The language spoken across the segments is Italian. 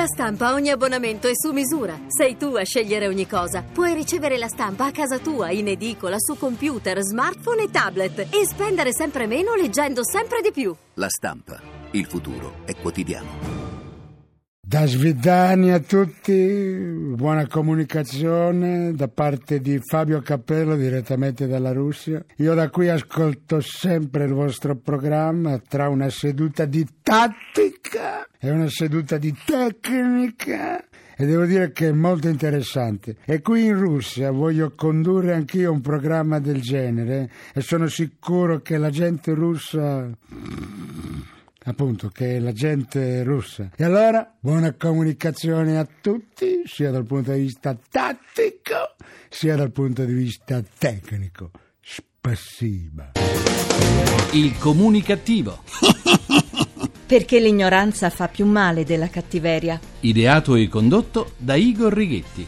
Stampa ogni abbonamento è su misura. Sei tu a scegliere ogni cosa. Puoi ricevere la stampa a casa tua, in edicola, su computer, smartphone e tablet e spendere sempre meno leggendo sempre di più. La Stampa. Il futuro è quotidiano. Da Svidania a tutti, buona comunicazione da parte di Fabio Capello direttamente dalla Russia. Io da qui ascolto sempre il vostro programma tra una seduta di tattica e una seduta di tecnica e devo dire che è molto interessante. E qui in Russia voglio condurre anch'io un programma del genere e sono sicuro che la gente russa... appunto, che è la gente russa. E allora, buona comunicazione a tutti, sia dal punto di vista tattico, sia dal punto di vista tecnico. Spasiba. Il comunicativo. Perché l'ignoranza fa più male della cattiveria. Ideato e condotto da Igor Righetti.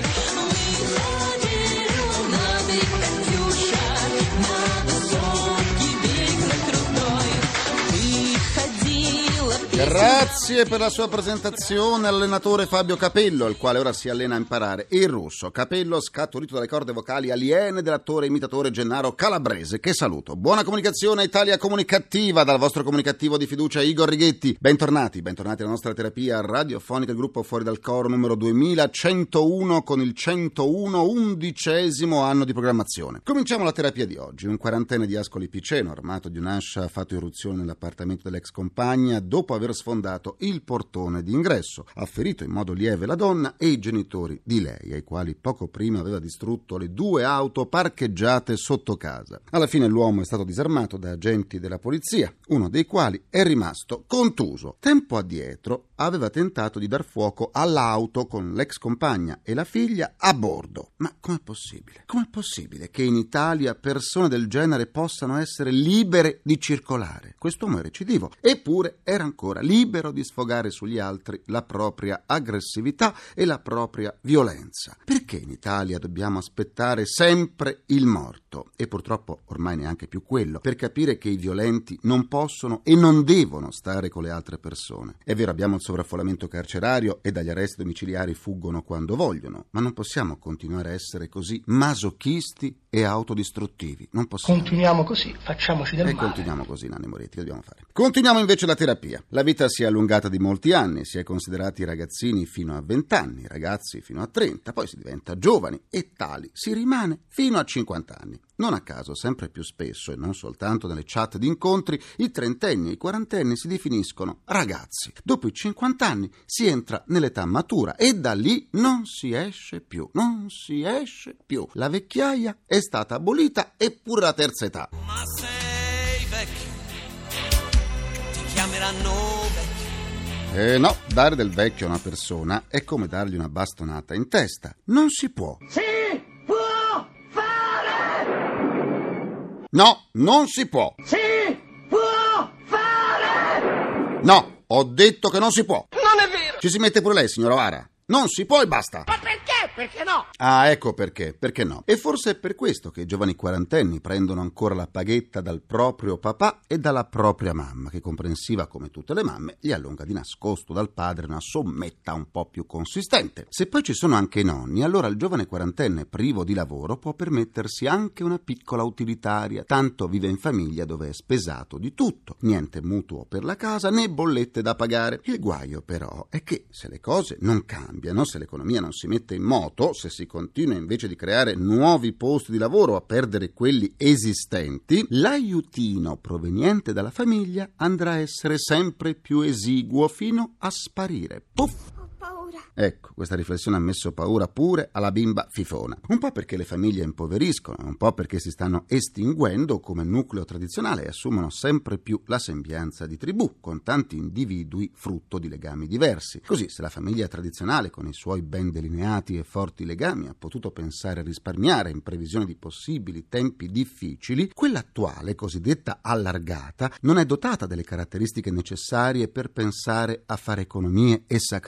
Grazie per la sua presentazione all'allenatore Fabio Capello, il quale ora si allena a imparare il russo. Capello scaturito dalle corde vocali aliene dell'attore imitatore Gennaro Calabrese, che saluto. Buona comunicazione Italia Comunicativa dal vostro comunicativo di fiducia Igor Righetti. Bentornati alla nostra terapia radiofonica, il gruppo Fuori dal Coro numero 2101 con il 101 anno di programmazione. Cominciamo la terapia di oggi. Un quarantenne di Ascoli Piceno, armato di un'ascia, ha fatto irruzione nell'appartamento dell'ex compagna dopo aver sfondato il portone d'ingresso. Ha ferito in modo lieve la donna e i genitori di lei, ai quali poco prima aveva distrutto le 2 auto parcheggiate sotto casa. Alla fine l'uomo è stato disarmato da agenti della polizia, uno dei quali è rimasto contuso. Tempo addietro aveva tentato di dar fuoco all'auto con l'ex compagna e la figlia a bordo. Ma com'è possibile? Com'è possibile che in Italia persone del genere possano essere libere di circolare? Quest'uomo è recidivo, eppure era ancora libero di sfogare sugli altri la propria aggressività e la propria violenza. Perché in Italia dobbiamo aspettare sempre il morto? E purtroppo ormai neanche più quello, per capire che i violenti non possono e non devono stare con le altre persone. È vero, abbiamo il sovraffollamento carcerario e dagli arresti domiciliari fuggono quando vogliono, ma non possiamo continuare a essere così masochisti e autodistruttivi. Non possiamo. Continuiamo così, facciamoci del male. Continuiamo così, Nanni Moretti, che dobbiamo fare? Continuiamo invece la terapia. La vita si è allungata di molti anni, si è considerati ragazzini fino a 20 anni, ragazzi fino a 30, poi si diventa giovani e tali si rimane fino a 50 anni. Non a caso, sempre più spesso, e non soltanto nelle chat di incontri, i trentenni e i quarantenni si definiscono ragazzi. Dopo i 50 anni si entra nell'età matura e da lì non si esce più. La vecchiaia è stata abolita, eppure la terza età. Ma sei vecchio, ti chiameranno vecchio. No, dare del vecchio a una persona è come dargli una bastonata in testa. Non si può. Si può fare! No, non si può. Si può fare! No, ho detto che non si può. Non è vero! Ci si mette pure lei, signora Vara. Non si può e basta. Ma perché? Perché no? Ah, ecco perché. Perché no? E forse è per questo che i giovani quarantenni prendono ancora la paghetta dal proprio papà e dalla propria mamma, che, comprensiva come tutte le mamme, gli allunga di nascosto dal padre una sommetta un po' più consistente. Se poi ci sono anche i nonni, allora il giovane quarantenne privo di lavoro può permettersi anche una piccola utilitaria, tanto vive in famiglia dove è spesato di tutto. Niente mutuo per la casa né bollette da pagare. Il guaio però è che se le cose non cambiano, se l'economia non si mette in moto, se si continua invece di creare nuovi posti di lavoro a perdere quelli esistenti, l'aiutino proveniente dalla famiglia andrà a essere sempre più esiguo fino a sparire. Puff! Ecco, questa riflessione ha messo paura pure alla bimba fifona. Un po' perché le famiglie impoveriscono, un po' perché si stanno estinguendo come nucleo tradizionale e assumono sempre più la sembianza di tribù, con tanti individui frutto di legami diversi. Così, se la famiglia tradizionale, con i suoi ben delineati e forti legami, ha potuto pensare a risparmiare in previsione di possibili tempi difficili, quella attuale, cosiddetta allargata, non è dotata delle caratteristiche necessarie per pensare a fare economie e sacrifici.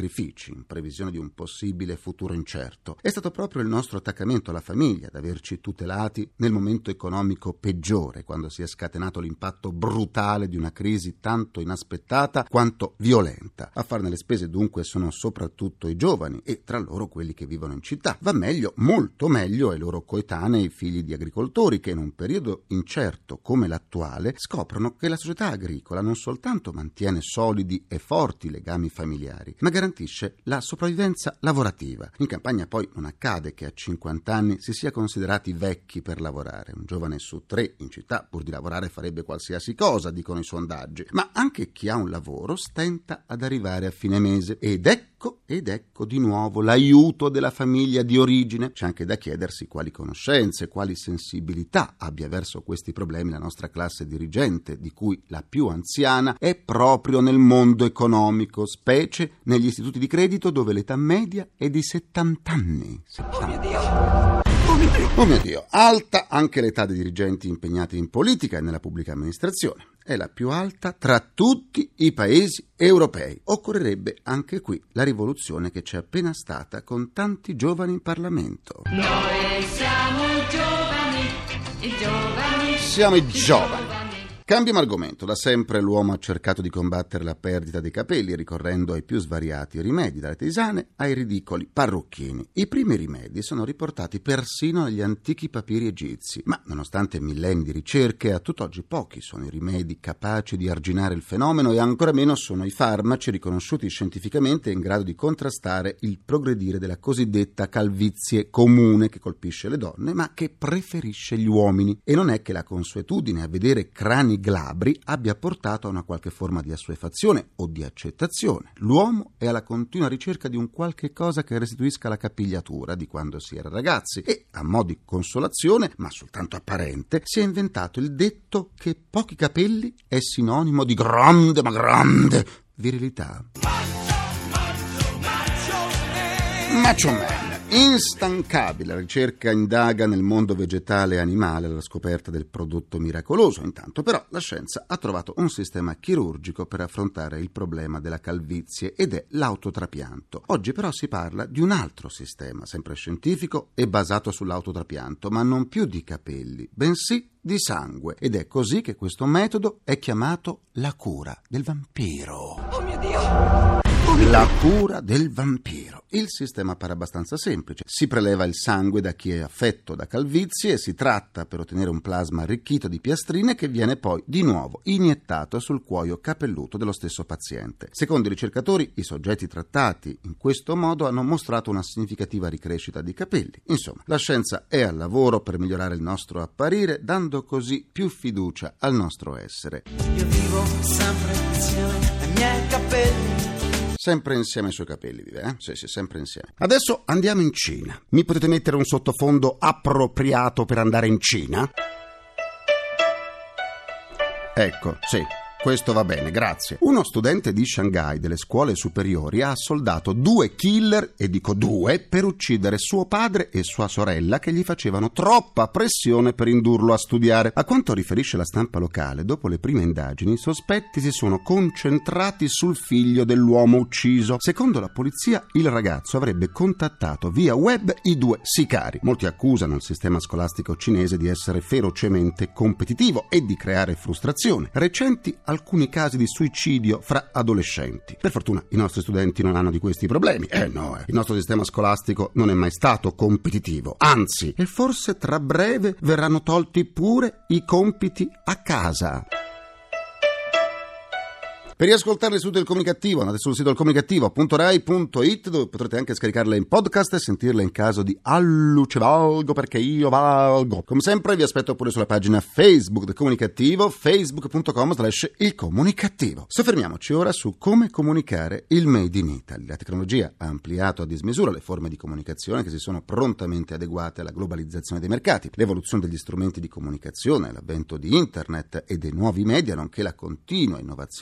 sacrifici in previsione di un possibile futuro incerto. È stato proprio il nostro attaccamento alla famiglia ad averci tutelati nel momento economico peggiore, quando si è scatenato l'impatto brutale di una crisi tanto inaspettata quanto violenta. A farne le spese dunque sono soprattutto i giovani e tra loro quelli che vivono in città. Va meglio, molto meglio, ai loro coetanei figli di agricoltori che in un periodo incerto come l'attuale scoprono che la società agricola non soltanto mantiene solidi e forti legami familiari, ma garantisce la sopravvivenza lavorativa. In campagna poi non accade che a 50 anni si sia considerati vecchi per lavorare. Un giovane su 3 in città, pur di lavorare, farebbe qualsiasi cosa, dicono i sondaggi. Ma anche chi ha un lavoro stenta ad arrivare a fine mese ed ecco di nuovo l'aiuto della famiglia di origine. C'è anche da chiedersi quali conoscenze, quali sensibilità abbia verso questi problemi la nostra classe dirigente, di cui la più anziana è proprio nel mondo economico, specie negli istituti di credito dove l'età media è di 70 anni. 70. Oh mio Dio! Alta anche l'età dei dirigenti impegnati in politica e nella pubblica amministrazione. È la più alta tra tutti i paesi europei. Occorrerebbe anche qui la rivoluzione che c'è appena stata con tanti giovani in Parlamento. Noi siamo giovani. Siamo i giovani. Cambiamo argomento. Da sempre l'uomo ha cercato di combattere la perdita dei capelli ricorrendo ai più svariati rimedi, dalle tisane ai ridicoli parrucchini. I primi rimedi sono riportati persino negli antichi papiri egizi, ma nonostante millenni di ricerche, a tutt'oggi pochi sono i rimedi capaci di arginare il fenomeno e ancora meno sono i farmaci riconosciuti scientificamente in grado di contrastare il progredire della cosiddetta calvizie comune che colpisce le donne, ma che preferisce gli uomini. E non è che la consuetudine a vedere crani glabri abbia portato a una qualche forma di assuefazione o di accettazione. L'uomo è alla continua ricerca di un qualche cosa che restituisca la capigliatura di quando si era ragazzi e, a mo' di consolazione, ma soltanto apparente, si è inventato il detto che pochi capelli è sinonimo di grande, ma grande virilità. Macho Man. Instancabile, la ricerca indaga nel mondo vegetale e animale alla scoperta del prodotto miracoloso. Intanto però la scienza ha trovato un sistema chirurgico per affrontare il problema della calvizie ed è l'autotrapianto. Oggi però si parla di un altro sistema, sempre scientifico e basato sull'autotrapianto, ma non più di capelli, bensì di sangue. Ed è così che questo metodo è chiamato la cura del vampiro. Oh mio Dio! La cura del vampiro. Il sistema pare abbastanza semplice. Si preleva il sangue da chi è affetto da calvizie e si tratta per ottenere un plasma arricchito di piastrine che viene poi di nuovo iniettato sul cuoio capelluto dello stesso paziente. Secondo i ricercatori, i soggetti trattati in questo modo hanno mostrato una significativa ricrescita di capelli. Insomma, la scienza è al lavoro per migliorare il nostro apparire, dando così più fiducia al nostro essere. Io vivo sempre insieme ai miei capelli. Sempre insieme ai suoi capelli, vive, Sì, sempre insieme. Adesso andiamo in Cina. Mi potete mettere un sottofondo appropriato per andare in Cina? Ecco, sì. Questo va bene, grazie. Uno studente di Shanghai delle scuole superiori ha assoldato 2 killer, e dico 2, per uccidere suo padre e sua sorella che gli facevano troppa pressione per indurlo a studiare. A quanto riferisce la stampa locale, dopo le prime indagini, i sospetti si sono concentrati sul figlio dell'uomo ucciso. Secondo la polizia, il ragazzo avrebbe contattato via web i 2 sicari. Molti accusano il sistema scolastico cinese di essere ferocemente competitivo e di creare frustrazione. Recenti alcuni casi di suicidio fra adolescenti. Per fortuna i nostri studenti non hanno di questi problemi. Il nostro sistema scolastico non è mai stato competitivo. Anzi, e forse tra breve verranno tolti pure i compiti a casa. Per riascoltare le sedute del Comunicativo andate sul sito ilcomunicativo.rai.it, dove potrete anche scaricarle in podcast e sentirle in caso di alluce valgo perché io valgo. Come sempre vi aspetto pure sulla pagina Facebook del Comunicativo, facebook.com/ilcomunicativo. Soffermiamoci ora su come comunicare il Made in Italy. La tecnologia ha ampliato a dismisura le forme di comunicazione che si sono prontamente adeguate alla globalizzazione dei mercati. L'evoluzione degli strumenti di comunicazione, l'avvento di internet e dei nuovi media, nonché la continua innovazione di nuovi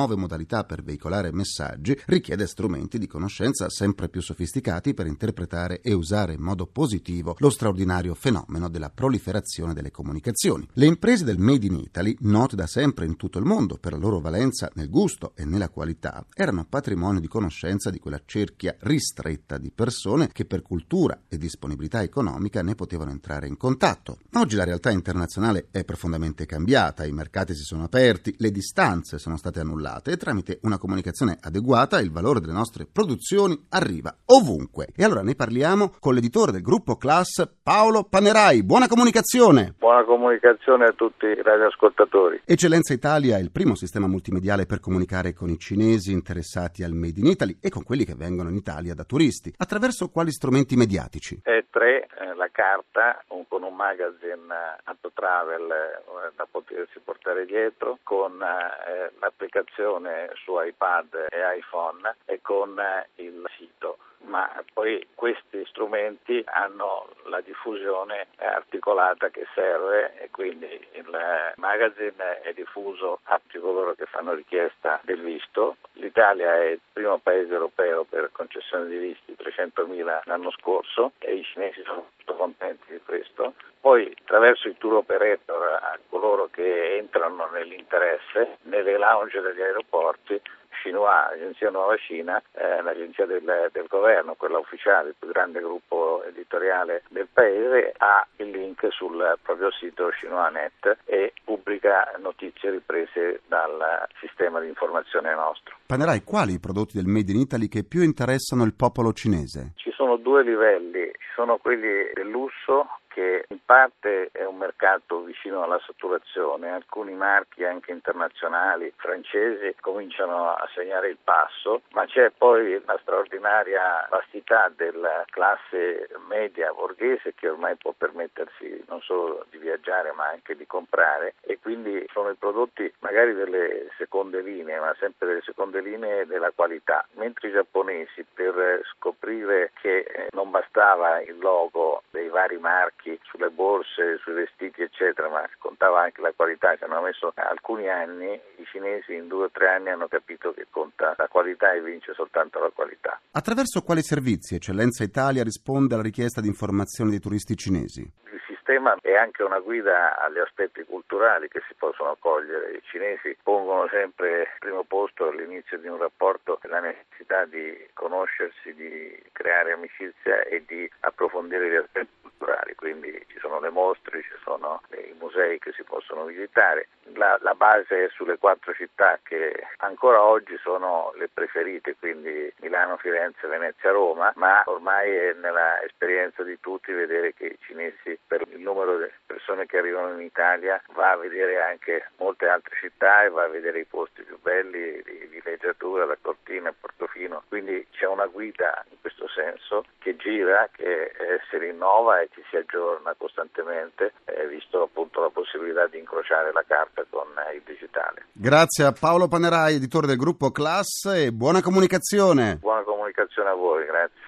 nuove modalità per veicolare messaggi richiede strumenti di conoscenza sempre più sofisticati per interpretare e usare in modo positivo lo straordinario fenomeno della proliferazione delle comunicazioni. Le imprese del Made in Italy, note da sempre in tutto il mondo per la loro valenza nel gusto e nella qualità, erano patrimonio di conoscenza di quella cerchia ristretta di persone che per cultura e disponibilità economica ne potevano entrare in contatto. Oggi la realtà internazionale è profondamente cambiata, i mercati si sono aperti, le distanze sono state annullate e tramite una comunicazione adeguata il valore delle nostre produzioni arriva ovunque. E allora ne parliamo con l'editore del gruppo Class, Paolo Panerai. Buona comunicazione! Buona comunicazione a tutti i radioascoltatori. Eccellenza Italia è il primo sistema multimediale per comunicare con i cinesi interessati al Made in Italy e con quelli che vengono in Italia da turisti. Attraverso quali strumenti mediatici? Tre, la carta con un magazine auto travel da potersi portare dietro, con l'applicazione su iPad e iPhone e con il sito. Ma poi questi strumenti hanno la diffusione articolata che serve e quindi il magazine è diffuso a tutti coloro che fanno richiesta del visto. L'Italia è il primo paese europeo per concessione di visti, 300.000 l'anno scorso, e i cinesi sono molto contenti di questo. Poi attraverso i tour operator a coloro che entrano nell'interesse, nelle lounge degli aeroporti, Xinhua, l'agenzia Nuova Cina, l'agenzia del governo, quella ufficiale, il più grande gruppo editoriale del paese, ha il link sul proprio sito XinhuaNet e pubblica notizie riprese dal sistema di informazione nostro. Panerai, quali i prodotti del Made in Italy che più interessano il popolo cinese? Ci sono due livelli, ci sono quelli del lusso, che in parte è un mercato vicino alla saturazione, alcuni marchi anche internazionali, francesi, cominciano a segnare il passo, ma c'è poi la straordinaria vastità della classe media borghese che ormai può permettersi non solo di viaggiare ma anche di comprare, e quindi sono i prodotti magari delle seconde linee, ma sempre delle seconde linee della qualità, mentre i giapponesi, per scoprire che non bastava il logo dei vari marchi sulle borse, sui vestiti eccetera, ma contava anche la qualità, ci hanno messo alcuni anni. I cinesi in 2 o 3 anni hanno capito che conta la qualità e vince soltanto la qualità. Attraverso quali servizi Eccellenza Italia risponde alla richiesta di informazioni dei turisti cinesi? Il sistema è anche una guida agli aspetti culturali che si possono cogliere. I cinesi pongono sempre al primo posto all'inizio di un rapporto la necessità di conoscersi, di creare amicizia e di approfondire gli aspetti culturali, quindi ci sono le mostre, ci sono i musei che si possono visitare. La base è sulle 4 città che ancora oggi sono le preferite, quindi Milano, Firenze, Venezia, Roma, ma ormai è nella esperienza di tutti vedere che i cinesi, per il numero di persone che arrivano in Italia, va a vedere anche molte altre città e va a vedere i posti più belli di villeggiatura, da Cortina a Portofino, quindi c'è una guida in questo senso che gira, che si rinnova e ci si aggiorna costantemente, visto appunto la possibilità di incrociare la carta con il digitale. Grazie a Paolo Panerai, editore del gruppo Class, e buona comunicazione. Buona comunicazione a voi, grazie.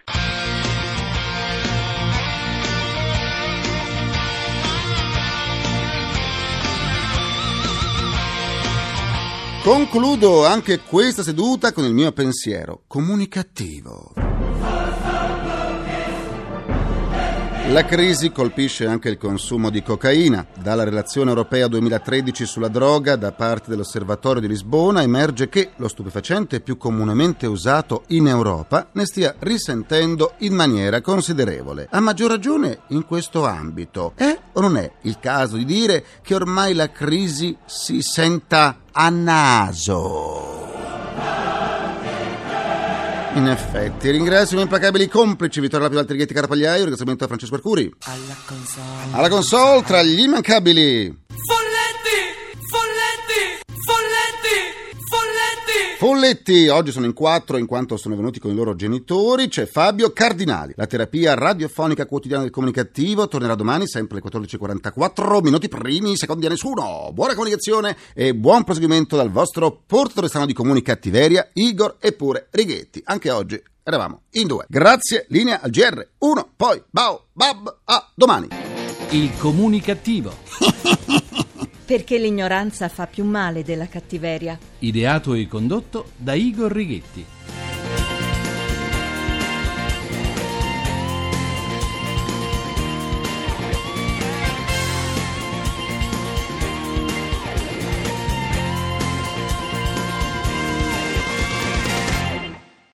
Concludo anche questa seduta con il mio pensiero comunicativo. La crisi colpisce anche il consumo di cocaina. Dalla relazione europea 2013 sulla droga da parte dell'Osservatorio di Lisbona emerge che lo stupefacente più comunemente usato in Europa ne stia risentendo in maniera considerevole. A maggior ragione in questo ambito. È o non è il caso di dire che ormai la crisi si senta a naso? In effetti, ringrazio i miei implacabili complici Vittorio Lapi, Walter Righetti, Carapagliaio, ringraziamento a Francesco Arcuri. Alla console tra gli immancabili Folletti, oggi sono in 4 in quanto sono venuti con i loro genitori. C'è Fabio Cardinali. La terapia radiofonica quotidiana del comunicativo tornerà domani sempre alle 14:44 minuti primi, secondi a nessuno. Buona comunicazione e buon proseguimento dal vostro portatore strano di comunicattiveria, Igor e pure Righetti. Anche oggi eravamo in 2. Grazie, linea al GR1, poi Bao, Bab, a domani. Il comunicativo. Perché l'ignoranza fa più male della cattiveria. Ideato e condotto da Igor Righetti.